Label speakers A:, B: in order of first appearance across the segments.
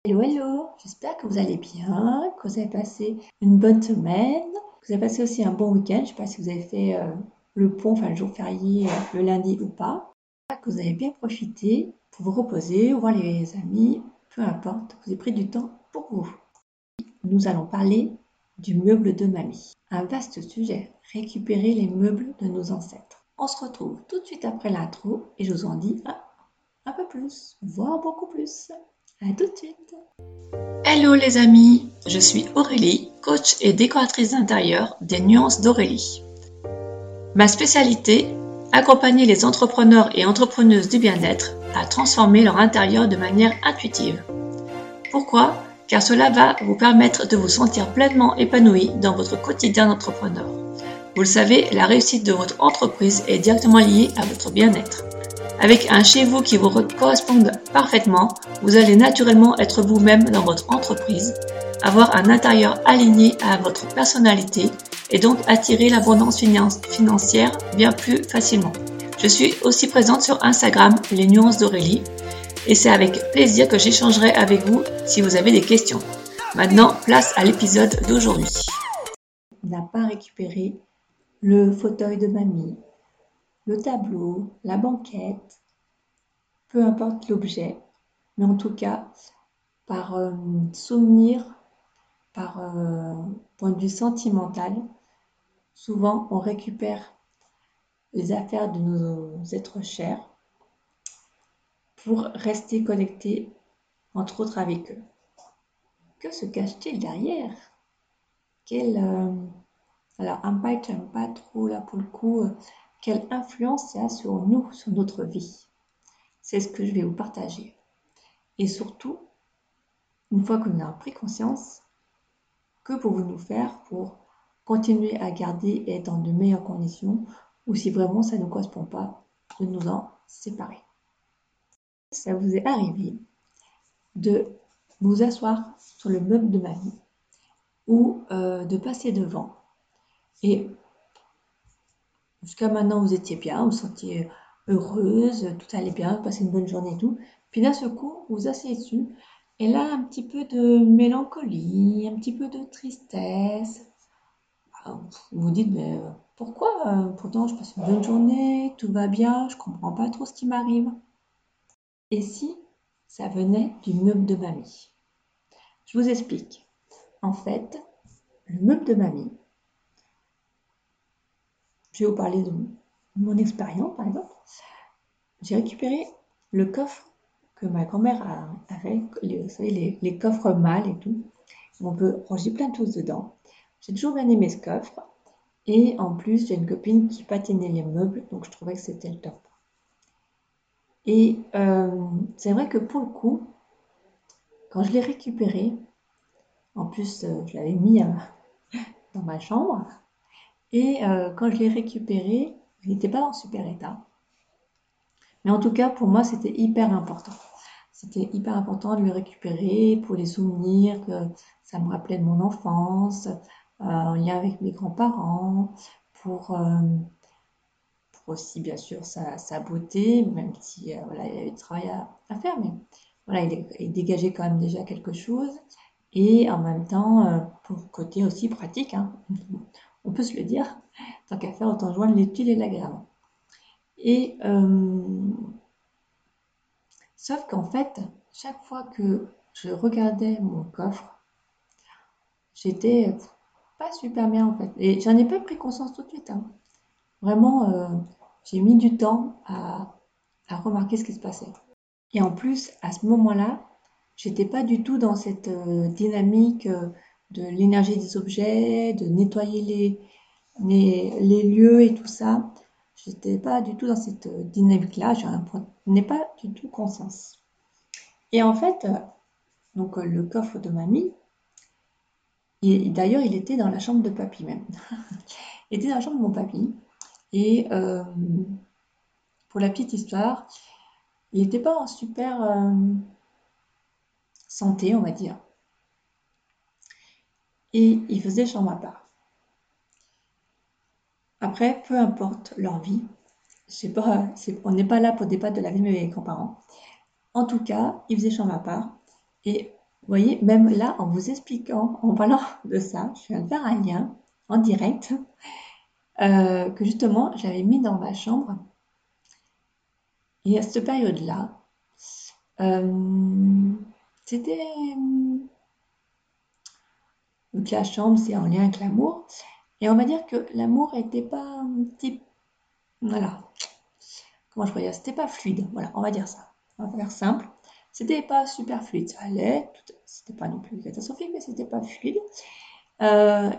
A: Hello, hello, j'espère que vous allez bien, que vous avez passé une bonne semaine, que vous avez passé aussi un bon week-end. Je ne sais pas si vous avez fait le pont, enfin le jour férié, le lundi ou pas. J'espère que vous avez bien profité pour vous reposer ou voir les amis, peu importe, vous avez pris du temps pour vous. Nous allons parler du meuble de mamie. Un vaste sujet, récupérer les meubles de nos ancêtres. On se retrouve tout de suite après l'intro et je vous en dis un peu plus, voire beaucoup plus. À tout de suite.
B: Hello les amis, je suis Aurélie, coach et décoratrice d'intérieur des Nuances d'Aurélie. Ma spécialité, accompagner les entrepreneurs et entrepreneuses du bien-être à transformer leur intérieur de manière intuitive. Pourquoi? Car cela va vous permettre de vous sentir pleinement épanoui dans votre quotidien d'entrepreneur. Vous le savez, la réussite de votre entreprise est directement liée à votre bien-être. Avec un chez vous qui vous corresponde parfaitement, vous allez naturellement être vous-même dans votre entreprise, avoir un intérieur aligné à votre personnalité et donc attirer l'abondance financière bien plus facilement. Je suis aussi présente sur Instagram, les Nuances d'Aurélie, et c'est avec plaisir que j'échangerai avec vous si vous avez des questions. Maintenant, place à l'épisode d'aujourd'hui.
A: On n'a pas récupéré le fauteuil de mamie, le tableau, la banquette, peu importe l'objet, mais en tout cas, par souvenir, par point de vue sentimental, souvent on récupère les affaires de nos êtres chers pour rester connectés, entre autres avec eux. Que se cache-t-il derrière? Quel impact, j'aime pas trop là pour le coup, quelle influence ça a sur nous, sur notre vie? C'est ce que je vais vous partager. Et surtout, une fois qu'on a pris conscience, que pouvons nous faire pour continuer à garder et être dans de meilleures conditions, ou si vraiment ça ne nous correspond pas, de nous en séparer. Ça vous est arrivé de vous asseoir sur le meuble de mamie ou de passer devant et jusqu'à maintenant vous étiez bien, vous sentiez heureuse, tout allait bien, vous passez une bonne journée et tout. Puis d'un seul coup, vous vous asseyez dessus et là un petit peu de mélancolie, un petit peu de tristesse. Vous vous dites mais pourquoi pourtant je passe une bonne journée, tout va bien, je comprends pas trop ce qui m'arrive. Et si ça venait du meuble de mamie? Je vous explique. En fait, le meuble de mamie, je vais vous parler de mon expérience par exemple. J'ai récupéré le coffre que ma grand-mère avait, vous savez, les coffres mâles et tout. On peut ranger plein de choses dedans. J'ai toujours bien aimé ce coffre. Et en plus, j'ai une copine qui patinait les meubles, donc je trouvais que c'était le top. Et c'est vrai que pour le coup, quand je l'ai récupéré, en plus, je l'avais mis dans ma chambre. Et quand je l'ai récupéré, il n'était pas en super état. Mais en tout cas, pour moi, c'était hyper important. C'était hyper important de le récupérer pour les souvenirs, que ça me rappelait de mon enfance, en lien avec mes grands-parents, pour, euh, pour aussi bien sûr sa beauté, même si voilà, il y avait du travail à faire, mais voilà, il dégageait quand même déjà quelque chose. Et en même temps, pour le côté aussi pratique, hein, on peut se le dire, tant qu'à faire, autant joindre l'utile et l'agréable. Et sauf qu'en fait, chaque fois que je regardais mon coffre, j'étais pas super bien en fait. Et j'en ai pas pris conscience tout de suite, hein. Vraiment, j'ai mis du temps à remarquer ce qui se passait. Et en plus, à ce moment-là, j'étais pas du tout dans cette dynamique de l'énergie des objets, de nettoyer les lieux et tout ça. J'étais pas du tout dans cette dynamique-là, je n'ai pas du tout conscience. Et en fait, donc le coffre de mamie, d'ailleurs il était dans la chambre de papy même. Il était dans la chambre de mon papy. Et pour la petite histoire, il n'était pas en super santé, on va dire. Et il faisait chambre à part. Après, peu importe leur vie, je sais pas, on n'est pas là pour débattre de la vie de mes grands-parents. En tout cas, il faisait chambre à part. Et Vous voyez, même là, en vous expliquant, en parlant de ça, je viens de faire un lien en direct que justement j'avais mis dans ma chambre. Et à cette période-là, c'était... Donc la chambre, c'est en lien avec l'amour. Et on va dire que l'amour n'était pas un petit... Voilà, comment je pourrais dire? C'était pas fluide. Voilà, on va dire ça. On va faire simple. C'était pas super fluide. Ça allait, c'était pas non plus catastrophique, mais c'était pas fluide. Euh,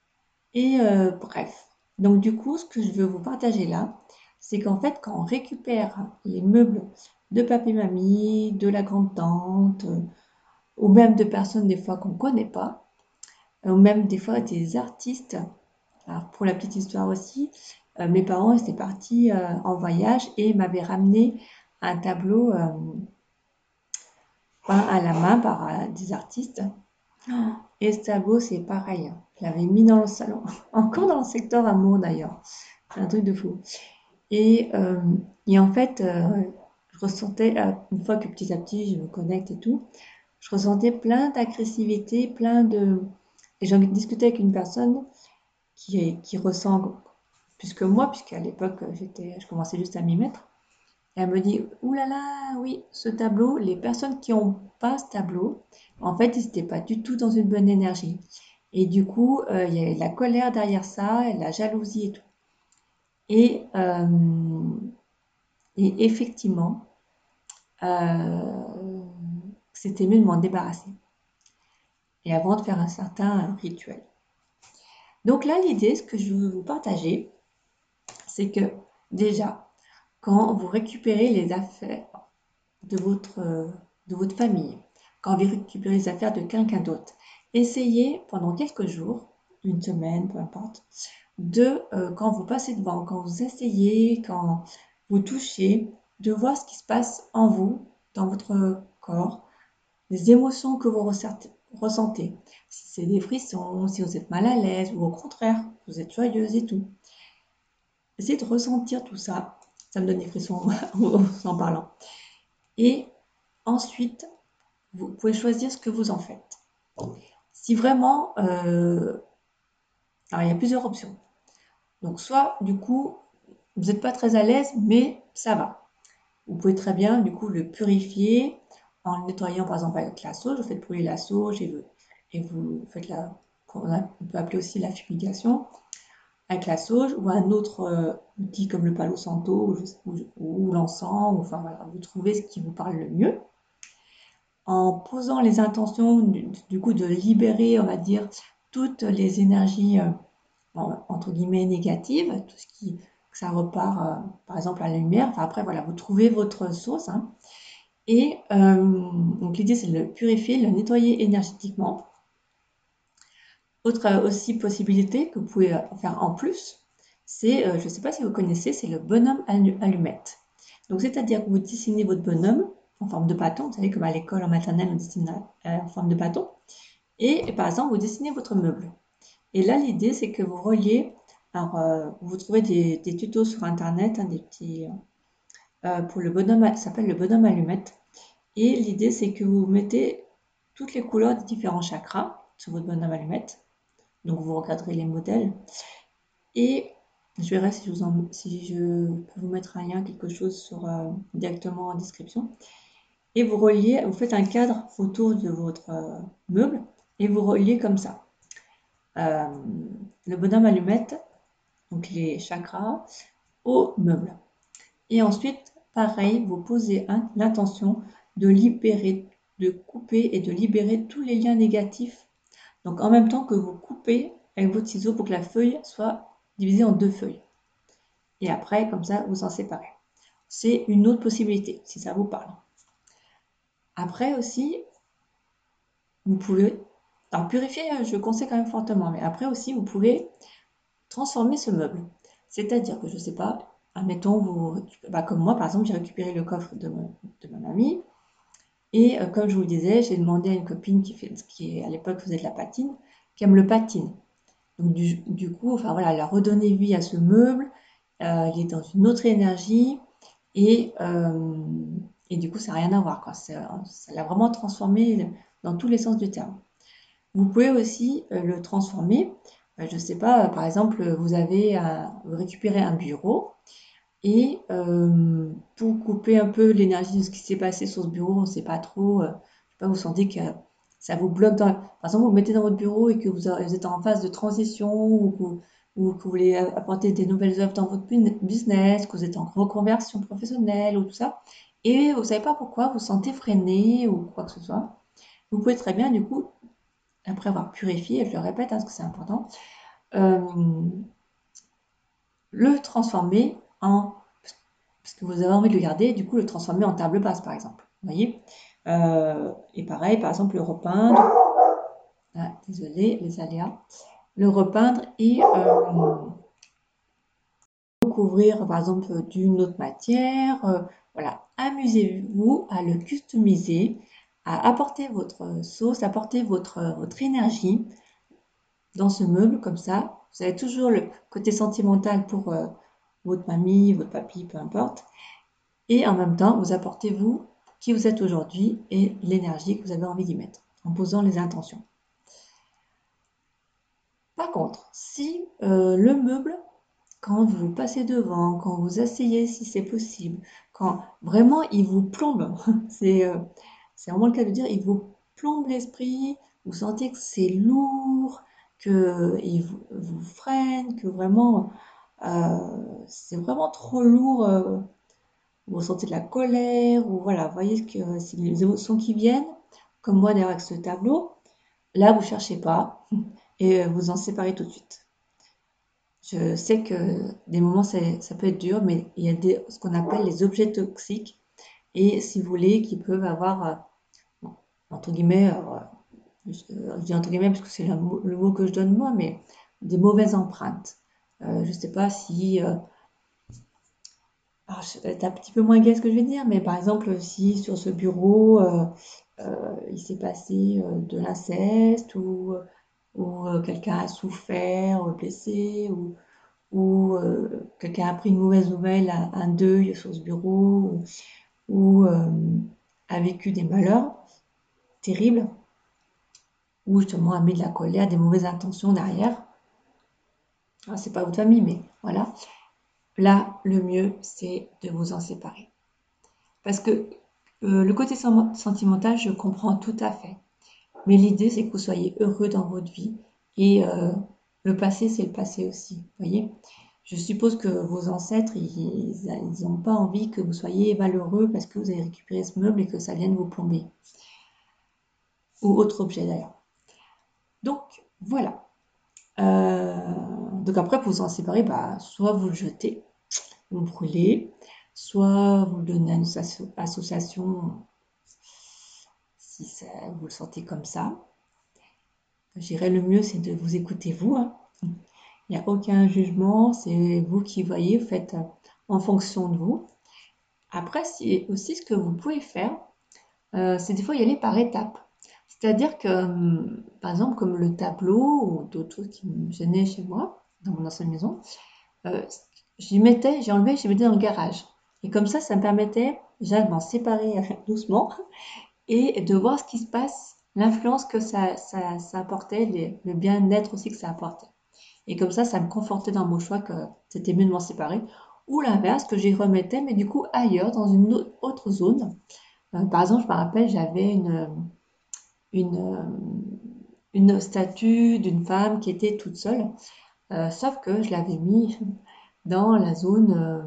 A: bref. Donc du coup, ce que je veux vous partager là, c'est qu'en fait, quand on récupère les meubles de papy-mamie, de la grande-tante, ou même de personnes des fois qu'on ne connaît pas, ou même des fois des artistes. Alors pour la petite histoire aussi, mes parents étaient partis en voyage et m'avaient ramené un tableau peint à la main par des artistes. Et ce tableau, c'est pareil. Je l'avais mis dans le salon, encore dans le secteur amour d'ailleurs. C'est un truc de fou. Et, euh, et en fait, je ressentais, une fois que petit à petit je me connecte et tout, je ressentais plein d'agressivité, plein de... Et j'en discutais avec une personne qui ressent plus que moi, puisqu'à l'époque, je commençais juste à m'y mettre. Et elle me dit, ouh là là, oui, ce tableau, les personnes qui ont pas ce tableau, en fait, ils n'étaient pas du tout dans une bonne énergie. Et du coup, il y avait de la colère derrière ça, et de la jalousie et tout. Et, euh, et effectivement, c'était mieux de m'en débarrasser. Et avant de faire un certain rituel. Donc là, l'idée, ce que je veux vous partager, c'est que déjà, quand vous récupérez les affaires de votre famille, quand vous récupérez les affaires de quelqu'un d'autre, essayez pendant quelques jours, une semaine, peu importe, quand vous passez devant, quand vous essayez, quand vous touchez, de voir ce qui se passe en vous, dans votre corps, les émotions que vous ressentez. Si c'est des frissons, si vous êtes mal à l'aise, ou au contraire, vous êtes joyeuse et tout. Essayez de ressentir tout ça. Ça me donne des frissons en parlant. Et ensuite, vous pouvez choisir ce que vous en faites. Si vraiment, alors il y a plusieurs options. Donc soit du coup, vous n'êtes pas très à l'aise, mais ça va. Vous pouvez très bien du coup le purifier en le nettoyant par exemple avec la sauge. Vous faites brûler la sauge et vous faites on peut appeler aussi la fumigation avec la sauge ou un autre outil comme le palo santo ou l'encens. Enfin voilà, vous trouvez ce qui vous parle le mieux. En posant les intentions du coup de libérer, on va dire, toutes les énergies entre guillemets négatives, tout ce qui que ça repart par exemple à la lumière. Enfin après voilà, vous trouvez votre source. Hein. Et donc l'idée c'est de le purifier, de le nettoyer énergétiquement. Autre aussi possibilité que vous pouvez faire en plus, c'est, je ne sais pas si vous connaissez, c'est le bonhomme allumette. Donc c'est-à-dire que vous dessinez votre bonhomme en forme de bâton, vous savez comme à l'école en maternelle on dessine en forme de bâton, et par exemple vous dessinez votre meuble. Et là l'idée c'est que vous reliez, alors vous trouvez des tutos sur internet, hein, des petits pour le bonhomme, ça s'appelle le bonhomme allumette. Et l'idée c'est que vous mettez toutes les couleurs des différents chakras sur votre bonhomme allumette. Donc vous regarderez les modèles et je verrai si je peux vous mettre un lien, quelque chose directement en description. Et vous reliez, vous faites un cadre autour de votre meuble et vous reliez comme ça. Euh, le bonhomme allumette, donc les chakras, au meuble. Et ensuite, pareil, vous posez l'intention de libérer, de couper et de libérer tous les liens négatifs. Donc en même temps que vous coupez avec votre ciseau pour que la feuille soit divisée en deux feuilles. Et après, comme ça, vous en séparez. C'est une autre possibilité, si ça vous parle. Après aussi, vous pouvez... Alors purifier, je conseille quand même fortement, mais après aussi, vous pouvez transformer ce meuble. C'est-à-dire que, je ne sais pas, admettons, comme moi, par exemple, j'ai récupéré le coffre de ma mamie, et comme je vous le disais, j'ai demandé à une copine qui à l'époque faisait de la patine, qui aime le patine. Donc du coup, enfin voilà, elle a redonné vie à ce meuble, il est dans une autre énergie, et, euh, et du coup, ça n'a rien à voir, quoi. Ça l'a vraiment transformé dans tous les sens du terme. Vous pouvez aussi le transformer. Je ne sais pas, par exemple, vous récupérez un bureau et pour couper un peu l'énergie de ce qui s'est passé sur ce bureau, on ne sait pas trop, je sais pas, vous sentez que ça vous bloque par exemple, vous le mettez dans votre bureau et que vous êtes en phase de transition ou que vous voulez apporter des nouvelles œuvres dans votre business, que vous êtes en reconversion professionnelle ou tout ça, et vous ne savez pas pourquoi, vous sentez freiné ou quoi que ce soit. Vous pouvez très bien, du coup, après avoir purifié, et je le répète, parce que c'est important, euh, le transformer en, parce que vous avez envie de le garder, du coup le transformer en table basse par exemple. Vous voyez. Et pareil, par exemple, le repeindre, désolé, les aléas, le repeindre et recouvrir par exemple d'une autre matière. Voilà, amusez-vous à le customiser, à apporter votre sauce, apporter votre énergie dans ce meuble comme ça. Vous avez toujours le côté sentimental pour votre mamie, votre papy, peu importe. Et en même temps, vous apportez vous qui vous êtes aujourd'hui et l'énergie que vous avez envie d'y mettre en posant les intentions. Par contre, si le meuble, quand vous passez devant, quand vous asseyez si c'est possible, quand vraiment il vous plombe, c'est vraiment le cas de dire, il vous plombe l'esprit, vous sentez que c'est lourd, qu'il vous freine, que vraiment c'est vraiment trop lourd, vous ressentez de la colère, ou voilà, vous voyez que c'est les émotions qui viennent, comme moi derrière avec ce tableau, là vous cherchez pas et vous en séparez tout de suite. Je sais que des moments ça peut être dur, mais il y a ce qu'on appelle les objets toxiques, et si vous voulez, qui peuvent avoir, bon, entre guillemets, je dis entre guillemets parce que c'est le mot que je donne moi, mais des mauvaises empreintes. Je ne sais pas si alors, c'est un petit peu moins gai ce que je vais dire, mais par exemple, si sur ce bureau, il s'est passé de l'inceste ou quelqu'un a souffert, blessé, ou quelqu'un a pris une mauvaise nouvelle, un deuil sur ce bureau, ou a vécu des malheurs terribles, ou justement a mis de la colère, des mauvaises intentions derrière. Alors, c'est pas votre famille, mais voilà. Là, le mieux, c'est de vous en séparer. Parce que le côté sentimental, je comprends tout à fait. Mais l'idée, c'est que vous soyez heureux dans votre vie. Et le passé, c'est le passé aussi. Vous voyez? Je suppose que vos ancêtres, ils n'ont pas envie que vous soyez malheureux parce que vous avez récupéré ce meuble et que ça vienne vous plomber. Ou autre objet d'ailleurs. Donc, voilà. Donc après, pour vous en séparer, bah, soit vous le jetez, vous le brûlez, soit vous le donnez à une association si vous le sentez comme ça. Je dirais le mieux, c'est de vous écouter vous, hein. Il n'y a aucun jugement, c'est vous qui voyez, vous faites en fonction de vous. Après, c'est aussi ce que vous pouvez faire, c'est des fois y aller par étapes. C'est-à-dire que, par exemple, comme le tableau ou d'autres choses qui me gênaient chez moi, dans mon ancienne maison, euh, j'ai enlevé, je mettais dans le garage. Et comme ça me permettait déjà de m'en séparer doucement et de voir ce qui se passe, l'influence que ça apportait, le bien-être aussi que ça apportait. Et comme ça me confortait dans mon choix que c'était mieux de m'en séparer. Ou l'inverse, que j'y remettais, mais du coup ailleurs, dans une autre zone. Par exemple, je me rappelle, j'avais une, une statue d'une femme qui était toute seule, sauf que je l'avais mis dans la zone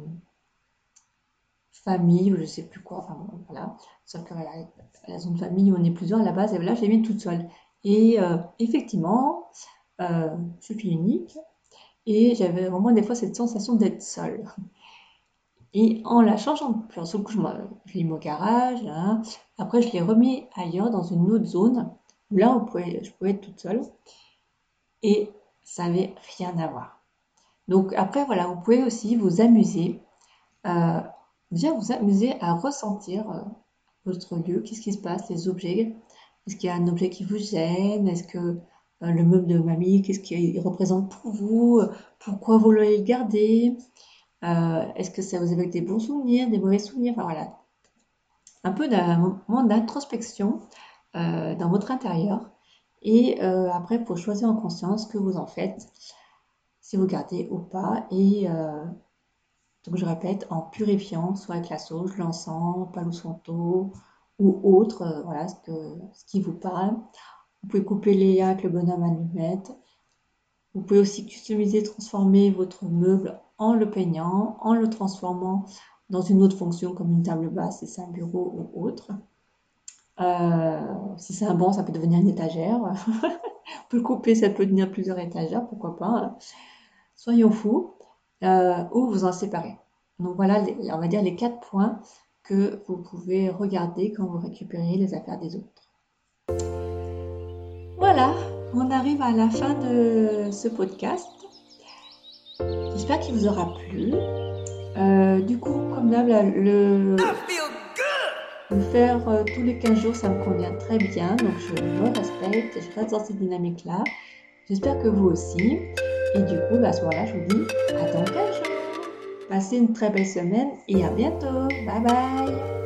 A: famille ou je sais plus quoi, enfin bon, voilà. Sauf que voilà, la zone famille où on est plusieurs à la base, et là, je l'ai mis toute seule. Et effectivement, je suis fille unique, et j'avais vraiment des fois cette sensation d'être seule. Et en la changeant de plan, sur le coup, je l'ai mis au garage, hein. Après je l'ai remis ailleurs dans une autre zone, où là je pouvais être toute seule, et ça n'avait rien à voir. Donc après, voilà, vous pouvez aussi vous amuser, euh, déjà vous amuser à ressentir votre lieu, qu'est-ce qui se passe, les objets, est-ce qu'il y a un objet qui vous gêne, est-ce que le meuble de mamie, qu'est-ce qu'il représente pour vous, pourquoi vous voulez le garder, est-ce que ça vous évoque des bons souvenirs, des mauvais souvenirs, enfin voilà, un peu d'un moment d'introspection dans votre intérieur. Et après, il faut choisir en conscience ce que vous en faites, si vous gardez ou pas. Et donc, je répète, en purifiant, soit avec la sauge, l'encens, Palo Santo ou autre, voilà, ce qui vous parle. Vous pouvez couper les liens avec le bonhomme allumette. Vous pouvez aussi customiser, transformer votre meuble en le peignant, en le transformant dans une autre fonction comme une table basse, si c'est un bureau ou autre. Si c'est un banc, ça peut devenir une étagère. On peut le couper, ça peut devenir plusieurs étagères, pourquoi pas. Soyons fous. Ou vous en séparer. Donc voilà, on va dire les 4 points que vous pouvez regarder quand vous récupérez les affaires des autres. Voilà, on arrive à la fin de ce podcast. J'espère qu'il vous aura plu. Du coup, comme d'hab, le faire tous les 15 jours, ça me convient très bien. Donc, je me respecte, je reste dans cette dynamique-là. J'espère que vous aussi. Et du coup, à ce moment-là, je vous dis à dans 15 jours. Passez une très belle semaine et à bientôt. Bye bye.